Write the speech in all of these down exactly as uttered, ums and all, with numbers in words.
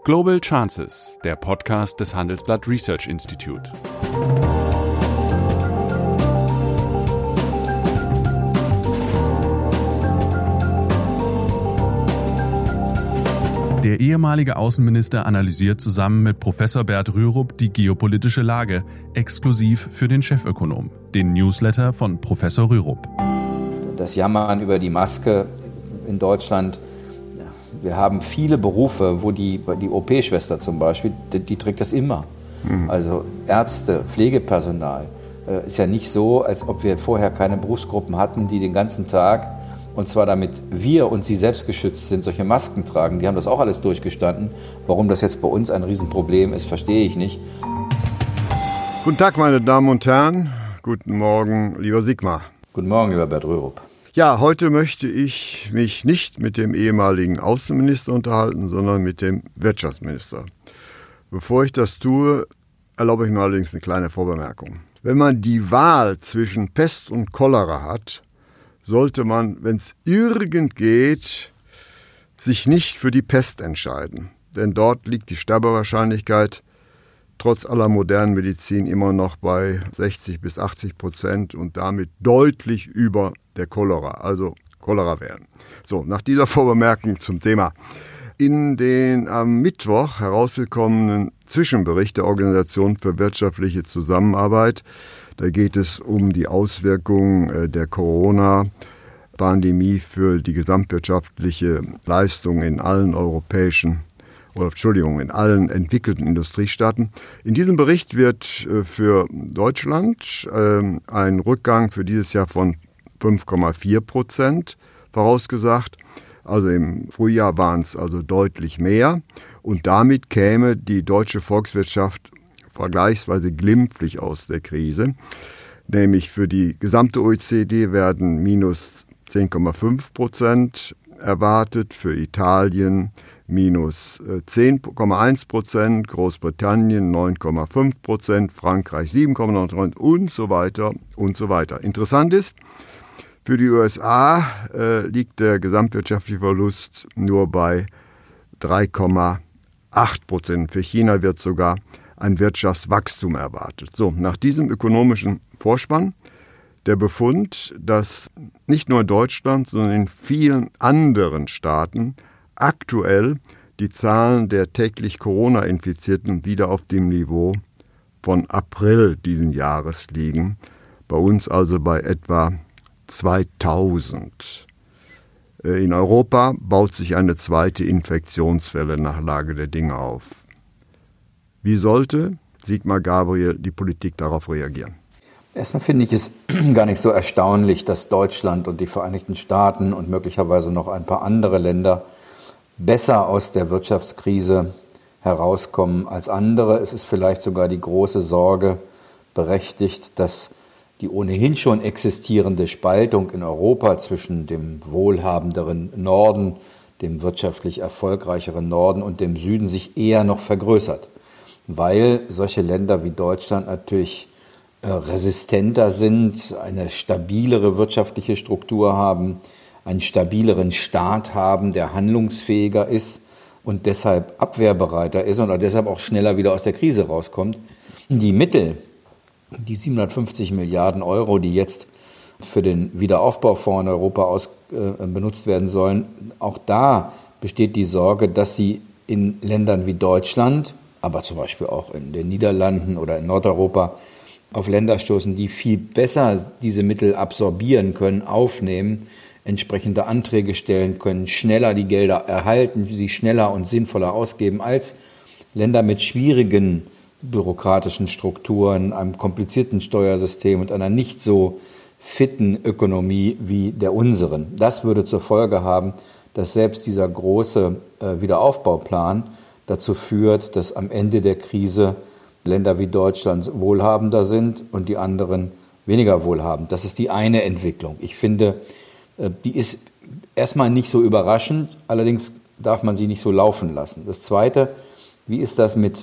Global Chances, der Podcast des Handelsblatt Research Institute. Der ehemalige Außenminister analysiert zusammen mit Professor Bert Rürup die geopolitische Lage, exklusiv für den Chefökonom, den Newsletter von Professor Rürup. Das Jammern über die Maske in Deutschland, wir haben viele Berufe, wo die, die O P-Schwester zum Beispiel, die, die trägt das immer. Mhm. Also Ärzte, Pflegepersonal. Äh, ist ja nicht so, als ob wir vorher keine Berufsgruppen hatten, die den ganzen Tag, und zwar damit wir und sie selbst geschützt sind, solche Masken tragen. Die haben das auch alles durchgestanden. Warum das jetzt bei uns ein Riesenproblem ist, verstehe ich nicht. Guten Tag, meine Damen und Herren. Guten Morgen, lieber Sigmar. Guten Morgen, lieber Bert Rürup. Ja, heute möchte ich mich nicht mit dem ehemaligen Außenminister unterhalten, sondern mit dem Wirtschaftsminister. Bevor ich das tue, erlaube ich mir allerdings eine kleine Vorbemerkung. Wenn man die Wahl zwischen Pest und Cholera hat, sollte man, wenn es irgend geht, sich nicht für die Pest entscheiden. Denn dort liegt die Sterbewahrscheinlichkeit trotz aller modernen Medizin immer noch bei sechzig bis achtzig Prozent und damit deutlich über der Cholera, also Cholera wählen. So, nach dieser Vorbemerkung zum Thema. In den am Mittwoch herausgekommenen Zwischenbericht der Organisation für wirtschaftliche Zusammenarbeit, da geht es um die Auswirkungen der Corona-Pandemie für die gesamtwirtschaftliche Leistung in allen europäischen oder Entschuldigung, in allen entwickelten Industriestaaten. In diesem Bericht wird für Deutschland ein Rückgang für dieses Jahr von fünf Komma vier Prozent vorausgesagt. Also im Frühjahr waren es also deutlich mehr. Und damit käme die deutsche Volkswirtschaft vergleichsweise glimpflich aus der Krise. Nämlich für die gesamte O E C D werden minus zehn Komma fünf Prozent erwartet, für Italien minus zehn Komma eins Prozent, Großbritannien neun Komma fünf Prozent, Frankreich sieben Komma neun Prozent und so weiter und so weiter. Interessant ist, für die U S A äh, liegt der gesamtwirtschaftliche Verlust nur bei drei Komma acht Prozent. Für China wird sogar ein Wirtschaftswachstum erwartet. So, nach diesem ökonomischen Vorspann der Befund, dass nicht nur in Deutschland, sondern in vielen anderen Staaten aktuell die Zahlen der täglich Corona-Infizierten wieder auf dem Niveau von April diesen Jahres liegen. Bei uns also bei etwa zweitausend. In Europa baut sich eine zweite Infektionswelle nach Lage der Dinge auf. Wie sollte Sigmar Gabriel die Politik darauf reagieren? Erstmal finde ich es gar nicht so erstaunlich, dass Deutschland und die Vereinigten Staaten und möglicherweise noch ein paar andere Länder besser aus der Wirtschaftskrise herauskommen als andere. Es ist vielleicht sogar die große Sorge berechtigt, dass die ohnehin schon existierende Spaltung in Europa zwischen dem wohlhabenderen Norden, dem wirtschaftlich erfolgreicheren Norden und dem Süden sich eher noch vergrößert, weil solche Länder wie Deutschland natürlich äh, resistenter sind, eine stabilere wirtschaftliche Struktur haben, einen stabileren Staat haben, der handlungsfähiger ist und deshalb abwehrbereiter ist und deshalb auch schneller wieder aus der Krise rauskommt. Die Mittel, die siebenhundertfünfzig Milliarden Euro, die jetzt für den Wiederaufbaufonds in Europa aus, äh, benutzt werden sollen, auch da besteht die Sorge, dass sie in Ländern wie Deutschland, aber zum Beispiel auch in den Niederlanden oder in Nordeuropa, auf Länder stoßen, die viel besser diese Mittel absorbieren können, aufnehmen, entsprechende Anträge stellen können, schneller die Gelder erhalten, sie schneller und sinnvoller ausgeben als Länder mit schwierigen bürokratischen Strukturen, einem komplizierten Steuersystem und einer nicht so fitten Ökonomie wie der unseren. Das würde zur Folge haben, dass selbst dieser große äh, Wiederaufbauplan dazu führt, dass am Ende der Krise Länder wie Deutschland wohlhabender sind und die anderen weniger wohlhabend. Das ist die eine Entwicklung. Ich finde, äh, die ist erstmal nicht so überraschend, allerdings darf man sie nicht so laufen lassen. Das Zweite, wie ist das mit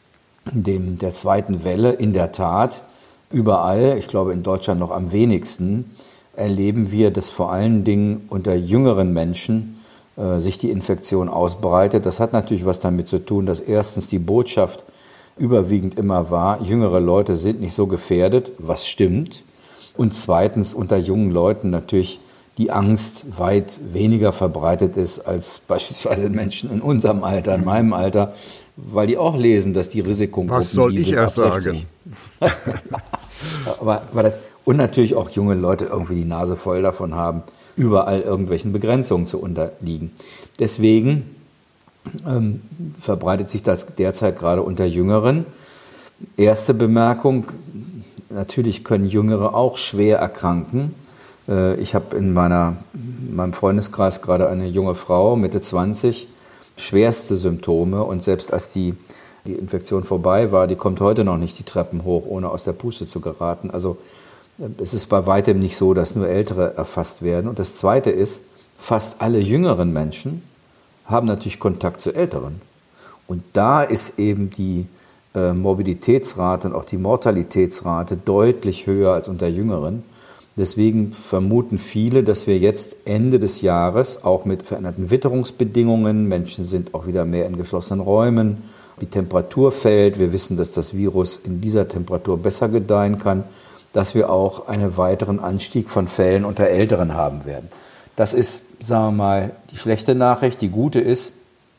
dem, der zweiten Welle? In der Tat, überall, ich glaube in Deutschland noch am wenigsten, erleben wir, dass vor allen Dingen unter jüngeren Menschen äh, sich die Infektion ausbreitet. Das hat natürlich was damit zu tun, dass erstens die Botschaft überwiegend immer war, jüngere Leute sind nicht so gefährdet, was stimmt. Und zweitens unter jungen Leuten natürlich die Angst weit weniger verbreitet ist als beispielsweise Menschen in unserem Alter, in meinem Alter, weil die auch lesen, dass die Risikogruppen, was soll die ich sind erst ab sechzig. sagen? aber, aber das, und natürlich auch junge Leute irgendwie die Nase voll davon haben, überall irgendwelchen Begrenzungen zu unterliegen. Deswegen ähm, verbreitet sich das derzeit gerade unter Jüngeren. Erste Bemerkung, natürlich können Jüngere auch schwer erkranken. Äh, ich habe in meiner, in meinem Freundeskreis gerade eine junge Frau, Mitte zwanzig, schwerste Symptome. Und selbst als die, die Infektion vorbei war, die kommt heute noch nicht die Treppen hoch, ohne aus der Puste zu geraten. Also es ist bei weitem nicht so, dass nur Ältere erfasst werden. Und das Zweite ist, fast alle jüngeren Menschen haben natürlich Kontakt zu Älteren. Und da ist eben die äh, Morbiditätsrate und auch die Mortalitätsrate deutlich höher als unter Jüngeren. Deswegen vermuten viele, dass wir jetzt Ende des Jahres auch mit veränderten Witterungsbedingungen, Menschen sind auch wieder mehr in geschlossenen Räumen, die Temperatur fällt, wir wissen, dass das Virus in dieser Temperatur besser gedeihen kann, dass wir auch einen weiteren Anstieg von Fällen unter Älteren haben werden. Das ist, sagen wir mal, die schlechte Nachricht. Die gute ist,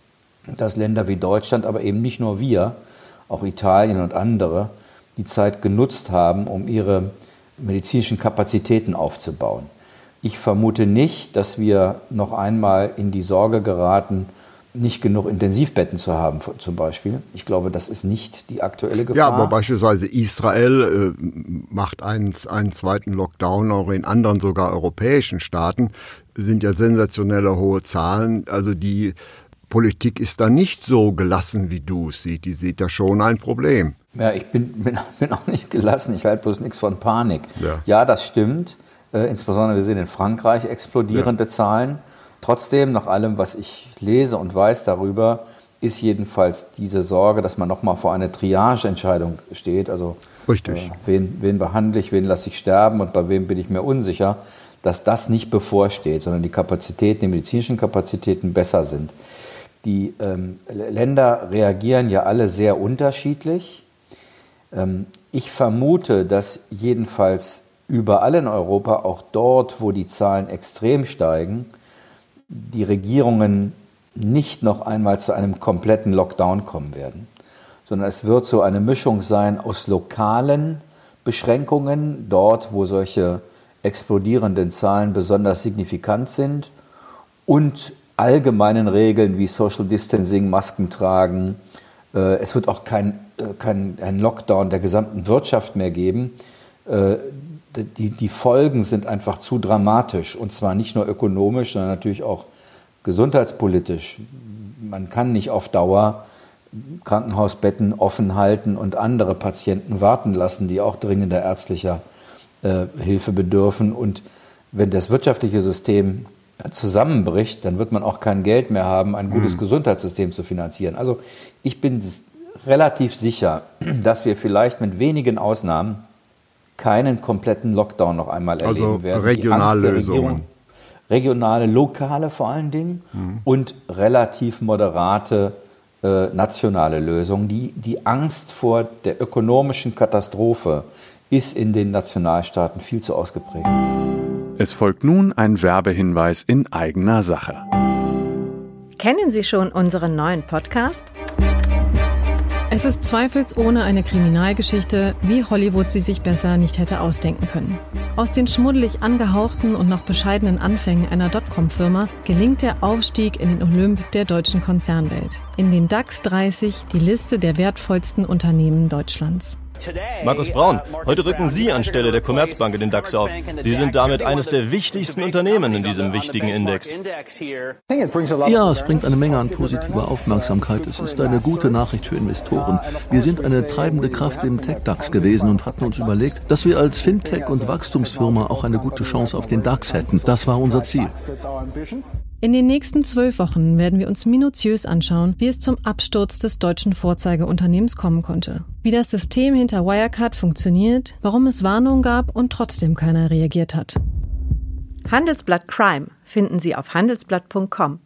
dass Länder wie Deutschland, aber eben nicht nur wir, auch Italien und andere, die Zeit genutzt haben, um ihre medizinischen Kapazitäten aufzubauen. Ich vermute nicht, dass wir noch einmal in die Sorge geraten, nicht genug Intensivbetten zu haben, zum Beispiel. Ich glaube, das ist nicht die aktuelle Gefahr. Ja, aber beispielsweise Israel äh, macht einen, einen zweiten Lockdown, auch in anderen sogar europäischen Staaten sind ja sensationelle hohe Zahlen. Also die Politik ist da nicht so gelassen, wie du es siehst. Die sieht da schon ein Problem. Ja, ich bin, bin, bin auch nicht gelassen. Ich halte bloß nichts von Panik. Ja, ja das stimmt. Äh, insbesondere wir sehen in Frankreich explodierende ja. Zahlen. Trotzdem, nach allem, was ich lese und weiß darüber, ist jedenfalls diese Sorge, dass man nochmal vor einer Triage-Entscheidung steht. Also Richtig. Äh, wen, wen behandle ich, wen lasse ich sterben und bei wem bin ich mir unsicher, dass das nicht bevorsteht, sondern die Kapazitäten, die medizinischen Kapazitäten besser sind. Die ähm, Länder reagieren ja alle sehr unterschiedlich. Ähm, ich vermute, dass jedenfalls überall in Europa, auch dort, wo die Zahlen extrem steigen, die Regierungen nicht noch einmal zu einem kompletten Lockdown kommen werden, sondern es wird so eine Mischung sein aus lokalen Beschränkungen, dort, wo solche explodierenden Zahlen besonders signifikant sind, und allgemeinen Regeln wie Social Distancing, Masken tragen. Es wird auch kein, kein ein Lockdown der gesamten Wirtschaft mehr geben. Die, die Folgen sind einfach zu dramatisch, und zwar nicht nur ökonomisch, sondern natürlich auch gesundheitspolitisch. Man kann nicht auf Dauer Krankenhausbetten offen halten und andere Patienten warten lassen, die auch dringender ärztlicher äh, Hilfe bedürfen. Und wenn das wirtschaftliche System zusammenbricht, dann wird man auch kein Geld mehr haben, ein gutes mhm. Gesundheitssystem zu finanzieren. Also ich bin relativ sicher, dass wir vielleicht mit wenigen Ausnahmen keinen kompletten Lockdown noch einmal erleben also werden. Regionale Lösungen. Regionale, lokale vor allen Dingen mhm. und relativ moderate äh, nationale Lösungen. Die, die Angst vor der ökonomischen Katastrophe ist in den Nationalstaaten viel zu ausgeprägt. Es folgt nun ein Werbehinweis in eigener Sache. Kennen Sie schon unseren neuen Podcast? Es ist zweifelsohne eine Kriminalgeschichte, wie Hollywood sie sich besser nicht hätte ausdenken können. Aus den schmuddelig angehauchten und noch bescheidenen Anfängen einer Dotcom-Firma gelingt der Aufstieg in den Olymp der deutschen Konzernwelt. In den DAX dreißig die Liste der wertvollsten Unternehmen Deutschlands. Markus Braun, heute rücken Sie anstelle der Commerzbank in den DAX auf. Sie sind damit eines der wichtigsten Unternehmen in diesem wichtigen Index. Ja, es bringt eine Menge an positiver Aufmerksamkeit. Es ist eine gute Nachricht für Investoren. Wir sind eine treibende Kraft im Tech-DAX gewesen und hatten uns überlegt, dass wir als Fintech- und Wachstumsfirma auch eine gute Chance auf den DAX hätten. Das war unser Ziel. In den nächsten zwölf Wochen werden wir uns minutiös anschauen, wie es zum Absturz des deutschen Vorzeigeunternehmens kommen konnte. Wie das System hinter Wirecard funktioniert, warum es Warnungen gab und trotzdem keiner reagiert hat. Handelsblatt Crime finden Sie auf handelsblatt punkt com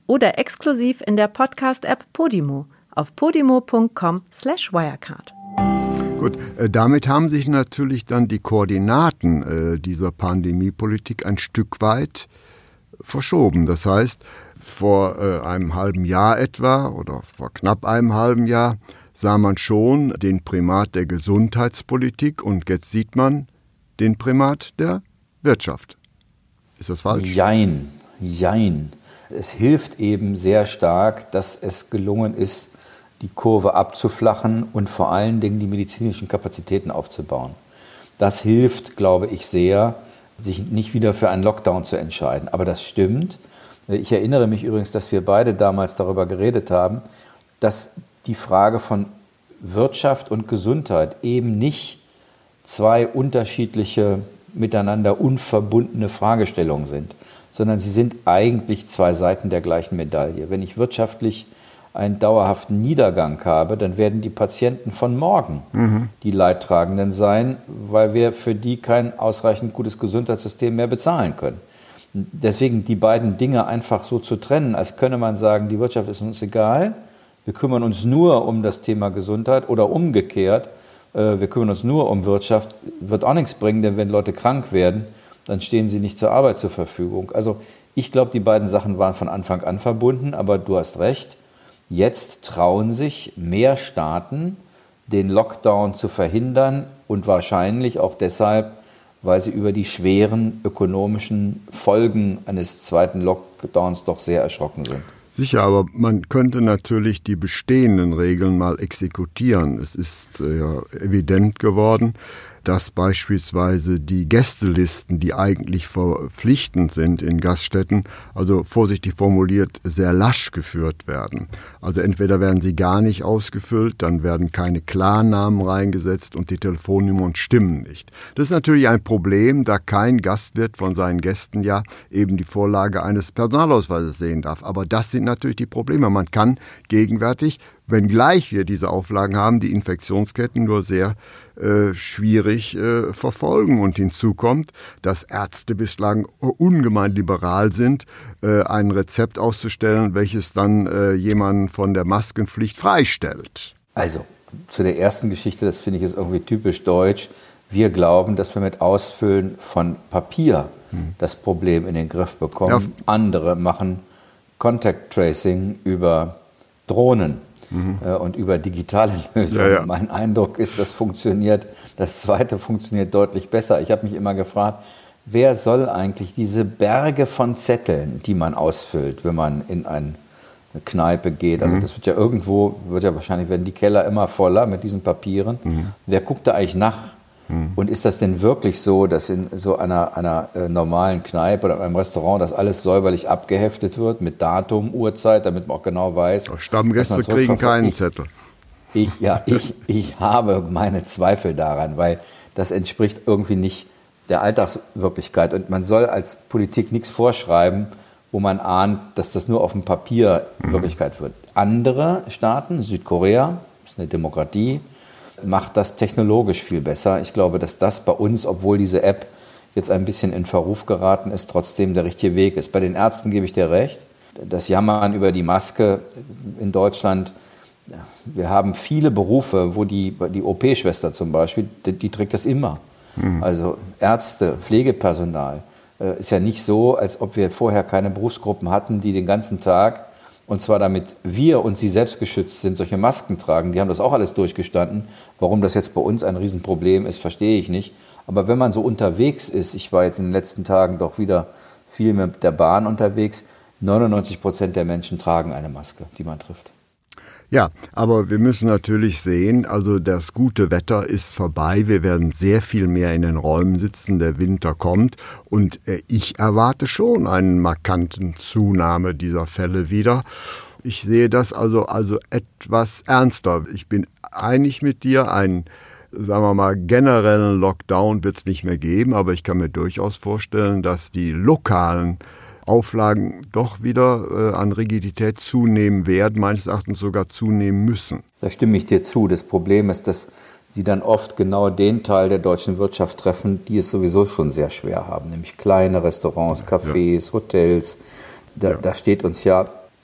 oder exklusiv in der Podcast-App Podimo auf podimo punkt com slash wirecard. Gut, äh, damit haben sich natürlich dann die Koordinaten äh, dieser Pandemiepolitik ein Stück weit verschoben. Das heißt, vor äh, einem halben Jahr etwa oder vor knapp einem halben Jahr sah man schon den Primat der Gesundheitspolitik und jetzt sieht man den Primat der Wirtschaft. Ist das falsch? Jein, jein. Es hilft eben sehr stark, dass es gelungen ist, die Kurve abzuflachen und vor allen Dingen die medizinischen Kapazitäten aufzubauen. Das hilft, glaube ich, sehr, sich nicht wieder für einen Lockdown zu entscheiden. Aber das stimmt. Ich erinnere mich übrigens, dass wir beide damals darüber geredet haben, dass die Frage von Wirtschaft und Gesundheit eben nicht zwei unterschiedliche, miteinander unverbundene Fragestellungen sind, sondern sie sind eigentlich zwei Seiten der gleichen Medaille. Wenn ich wirtschaftlich einen dauerhaften Niedergang habe, dann werden die Patienten von morgen mhm. die Leidtragenden sein, weil wir für die kein ausreichend gutes Gesundheitssystem mehr bezahlen können. Deswegen die beiden Dinge einfach so zu trennen, als könne man sagen, die Wirtschaft ist uns egal, wir kümmern uns nur um das Thema Gesundheit oder umgekehrt, wir kümmern uns nur um Wirtschaft, wird auch nichts bringen, denn wenn Leute krank werden, dann stehen sie nicht zur Arbeit zur Verfügung. Also ich glaube, die beiden Sachen waren von Anfang an verbunden, aber du hast recht, jetzt trauen sich mehr Staaten, den Lockdown zu verhindern und wahrscheinlich auch deshalb, weil sie über die schweren ökonomischen Folgen eines zweiten Lockdowns doch sehr erschrocken sind. Sicher, aber man könnte natürlich die bestehenden Regeln mal exekutieren. Es ist äh, ja evident geworden, dass beispielsweise die Gästelisten, die eigentlich verpflichtend sind in Gaststätten, also vorsichtig formuliert, sehr lasch geführt werden. Also entweder werden sie gar nicht ausgefüllt, dann werden keine Klarnamen reingesetzt und die Telefonnummern stimmen nicht. Das ist natürlich ein Problem, da kein Gastwirt von seinen Gästen ja eben die Vorlage eines Personalausweises sehen darf. Aber das sind natürlich die Probleme. Man kann gegenwärtig, wenngleich wir diese Auflagen haben, die Infektionsketten nur sehr äh, schwierig äh, verfolgen. Und hinzu kommt, dass Ärzte bislang ungemein liberal sind, äh, ein Rezept auszustellen, welches dann äh, jemanden von der Maskenpflicht freistellt. Also, zu der ersten Geschichte, das finde ich ist irgendwie typisch deutsch. Wir glauben, dass wir mit Ausfüllen von Papier hm. das Problem in den Griff bekommen. Ja. Andere machen Contact Tracing über Drohnen. Mhm. Und über digitale Lösungen. Ja, ja. Mein Eindruck ist, das funktioniert, das zweite funktioniert deutlich besser. Ich habe mich immer gefragt, wer soll eigentlich diese Berge von Zetteln, die man ausfüllt, wenn man in eine Kneipe geht, also mhm. das wird ja irgendwo, wird ja wahrscheinlich werden die Keller immer voller mit diesen Papieren. Mhm. Wer guckt da eigentlich nach? Mhm. Und ist das denn wirklich so, dass in so einer, einer äh, normalen Kneipe oder einem Restaurant das alles säuberlich abgeheftet wird mit Datum, Uhrzeit, damit man auch genau weiß. Stammgäste kriegen keinen ich, Zettel. Ich, ja, ich, ich habe meine Zweifel daran, weil das entspricht irgendwie nicht der Alltagswirklichkeit. Und man soll als Politik nichts vorschreiben, wo man ahnt, dass das nur auf dem Papier mhm. Wirklichkeit wird. Andere Staaten, Südkorea, ist eine Demokratie, macht das technologisch viel besser. Ich glaube, dass das bei uns, obwohl diese App jetzt ein bisschen in Verruf geraten ist, trotzdem der richtige Weg ist. Bei den Ärzten gebe ich dir recht. Das Jammern über die Maske in Deutschland, wir haben viele Berufe, wo die, die O P-Schwester zum Beispiel, die, die trägt das immer. Mhm. Also Ärzte, Pflegepersonal. Äh, ist ja nicht so, als ob wir vorher keine Berufsgruppen hatten, die den ganzen Tag, und zwar damit wir und sie selbst geschützt sind, solche Masken tragen. Die haben das auch alles durchgestanden. Warum das jetzt bei uns ein Riesenproblem ist, verstehe ich nicht. Aber wenn man so unterwegs ist, ich war jetzt in den letzten Tagen doch wieder viel mit der Bahn unterwegs, neunundneunzig Prozent der Menschen tragen eine Maske, die man trifft. Ja, aber wir müssen natürlich sehen, also das gute Wetter ist vorbei. Wir werden sehr viel mehr in den Räumen sitzen. Der Winter kommt und ich erwarte schon einen markanten Zunahme dieser Fälle wieder. Ich sehe das also, also etwas ernster. Ich bin einig mit dir, einen, sagen wir mal, generellen Lockdown wird es nicht mehr geben, aber ich kann mir durchaus vorstellen, dass die lokalen Auflagen doch wieder äh, an Rigidität zunehmen werden, meines Erachtens sogar zunehmen müssen. Da stimme ich dir zu. Das Problem ist, dass sie dann oft genau den Teil der deutschen Wirtschaft treffen, die es sowieso schon sehr schwer haben, nämlich kleine Restaurants, Cafés, ja. Hotels. Da, ja. da steht uns ja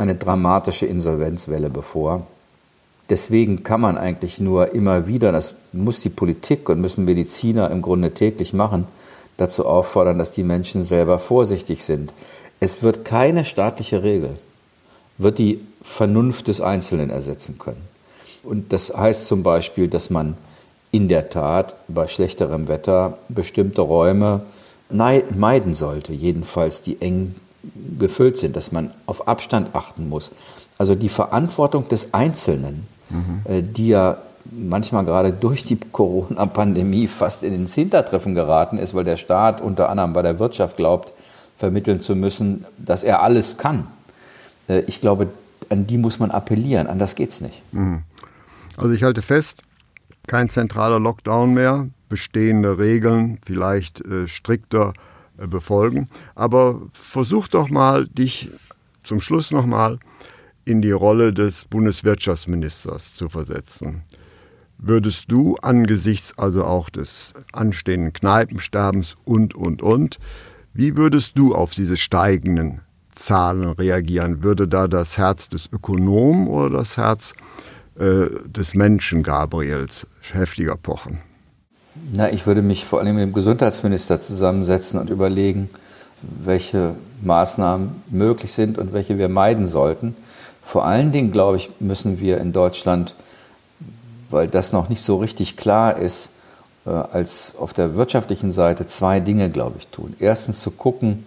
eine dramatische Insolvenzwelle bevor. Deswegen kann man eigentlich nur immer wieder, das muss die Politik und müssen Mediziner im Grunde täglich machen, dazu auffordern, dass die Menschen selber vorsichtig sind. Es wird keine staatliche Regel, wird die Vernunft des Einzelnen ersetzen können. Und das heißt zum Beispiel, dass man in der Tat bei schlechterem Wetter bestimmte Räume meiden sollte, jedenfalls die eng gefüllt sind, dass man auf Abstand achten muss. Also die Verantwortung des Einzelnen, mhm. die ja manchmal gerade durch die Corona-Pandemie fast in ins Hintertreffen geraten ist, weil der Staat unter anderem bei der Wirtschaft glaubt, vermitteln zu müssen, dass er alles kann. Ich glaube, an die muss man appellieren, anders geht's nicht. Also ich halte fest, kein zentraler Lockdown mehr, bestehende Regeln vielleicht äh, strikter äh, befolgen. Aber versuch doch mal, dich zum Schluss nochmal in die Rolle des Bundeswirtschaftsministers zu versetzen. Würdest du angesichts also auch des anstehenden Kneipensterbens und, und, und, wie würdest du auf diese steigenden Zahlen reagieren? Würde da das Herz des Ökonomen oder das Herz äh, des Menschen Gabriels heftiger pochen? Na, ich würde mich vor allem mit dem Gesundheitsminister zusammensetzen und überlegen, welche Maßnahmen möglich sind und welche wir meiden sollten. Vor allen Dingen, glaube ich, müssen wir in Deutschland, weil das noch nicht so richtig klar ist, äh, als auf der wirtschaftlichen Seite zwei Dinge, glaube ich, tun. Erstens zu gucken,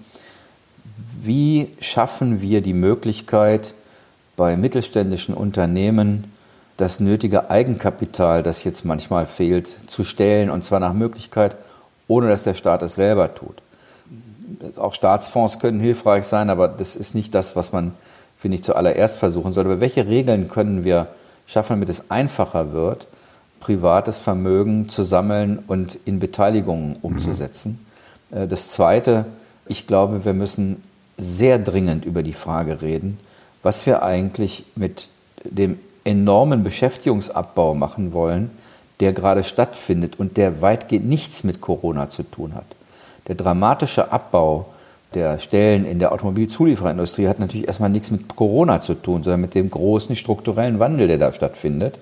wie schaffen wir die Möglichkeit, bei mittelständischen Unternehmen das nötige Eigenkapital, das jetzt manchmal fehlt, zu stellen, und zwar nach Möglichkeit, ohne dass der Staat es selber tut. Auch Staatsfonds können hilfreich sein, aber das ist nicht das, was man, finde ich, zuallererst versuchen sollte. Aber welche Regeln können wir schaffen, damit es einfacher wird, privates Vermögen zu sammeln und in Beteiligungen umzusetzen? Mhm. Das Zweite, ich glaube, wir müssen sehr dringend über die Frage reden, was wir eigentlich mit dem enormen Beschäftigungsabbau machen wollen, der gerade stattfindet und der weitgehend nichts mit Corona zu tun hat. Der dramatische Abbau der Stellen in der Automobilzuliefererindustrie hat natürlich erstmal nichts mit Corona zu tun, sondern mit dem großen strukturellen Wandel, der da stattfindet.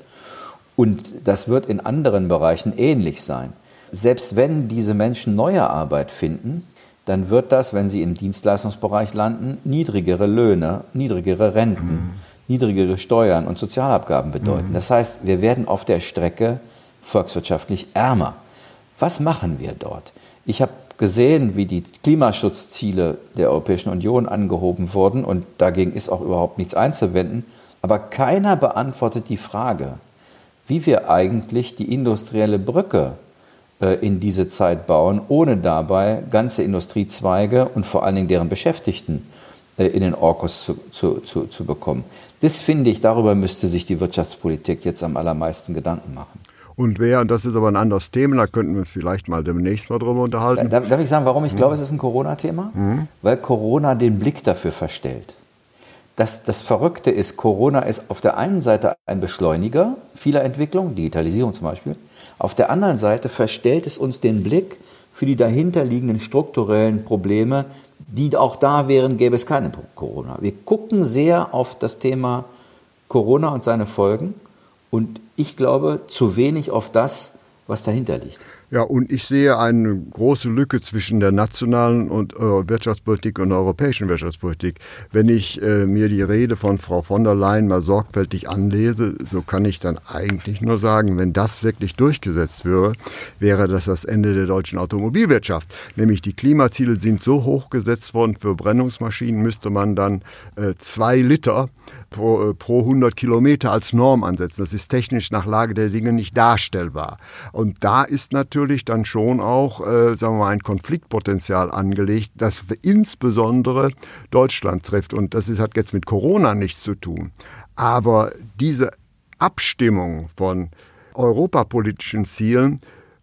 Und das wird in anderen Bereichen ähnlich sein. Selbst wenn diese Menschen neue Arbeit finden, dann wird das, wenn sie im Dienstleistungsbereich landen, niedrigere Löhne, niedrigere Renten, mhm. niedrigere Steuern und Sozialabgaben bedeuten. Mhm. Das heißt, wir werden auf der Strecke volkswirtschaftlich ärmer. Was machen wir dort? Ich habe gesehen, wie die Klimaschutzziele der Europäischen Union angehoben wurden, und dagegen ist auch überhaupt nichts einzuwenden. Aber keiner beantwortet die Frage, wie wir eigentlich die industrielle Brücke äh, in diese Zeit bauen, ohne dabei ganze Industriezweige und vor allen Dingen deren Beschäftigten äh, in den Orkus zu, zu, zu, zu bekommen. Das finde ich, darüber müsste sich die Wirtschaftspolitik jetzt am allermeisten Gedanken machen. Und wer, und das ist aber ein anderes Thema, da könnten wir uns vielleicht mal demnächst mal drüber unterhalten. Darf, darf ich sagen, warum ich mhm. glaube, es ist ein Corona-Thema? Mhm. Weil Corona den Blick dafür verstellt. Das, das Verrückte ist, Corona ist auf der einen Seite ein Beschleuniger vieler Entwicklungen, Digitalisierung zum Beispiel. Auf der anderen Seite verstellt es uns den Blick für die dahinterliegenden strukturellen Probleme, die auch da wären, gäbe es keine Corona. Wir gucken sehr auf das Thema Corona und seine Folgen. Und ich glaube, zu wenig auf das, was dahinter liegt. Ja, und ich sehe eine große Lücke zwischen der nationalen und, äh, Wirtschaftspolitik und der europäischen Wirtschaftspolitik. Wenn ich äh, mir die Rede von Frau von der Leyen mal sorgfältig anlese, so kann ich dann eigentlich nur sagen, wenn das wirklich durchgesetzt wäre, wäre das das Ende der deutschen Automobilwirtschaft. Nämlich die Klimaziele sind so hoch gesetzt worden, für Brennungsmaschinen müsste man dann äh, zwei Liter Pro, äh, pro hundert Kilometer als Norm ansetzen. Das ist technisch nach Lage der Dinge nicht darstellbar. Und da ist natürlich dann schon auch, äh, sagen wir mal, ein Konfliktpotenzial angelegt, das insbesondere Deutschland trifft. Und das ist, hat jetzt mit Corona nichts zu tun. Aber diese Abstimmung von europapolitischen Zielen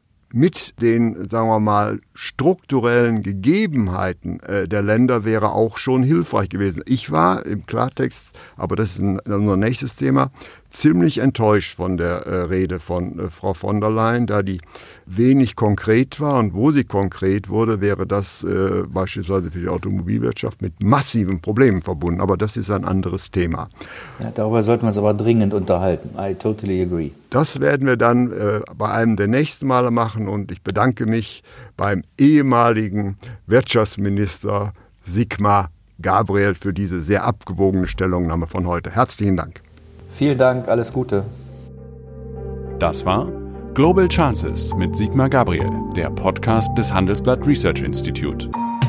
mit den, sagen wir mal, strukturellen Gegebenheiten äh, der Länder wäre auch schon hilfreich gewesen. Ich war im Klartext, aber das ist ein, unser nächstes Thema, ziemlich enttäuscht von der äh, Rede von äh, Frau von der Leyen, da die wenig konkret war. Und wo sie konkret wurde, wäre das äh, beispielsweise für die Automobilwirtschaft mit massiven Problemen verbunden. Aber das ist ein anderes Thema. Ja, darüber sollten wir uns aber dringend unterhalten. I totally agree. Das werden wir dann äh, bei einem der nächsten Male machen. Und ich bedanke mich beim ehemaligen Wirtschaftsminister Sigmar Gabriel für diese sehr abgewogene Stellungnahme von heute. Herzlichen Dank. Vielen Dank, alles Gute. Das war Global Chances mit Sigmar Gabriel, der Podcast des Handelsblatt Research Institute.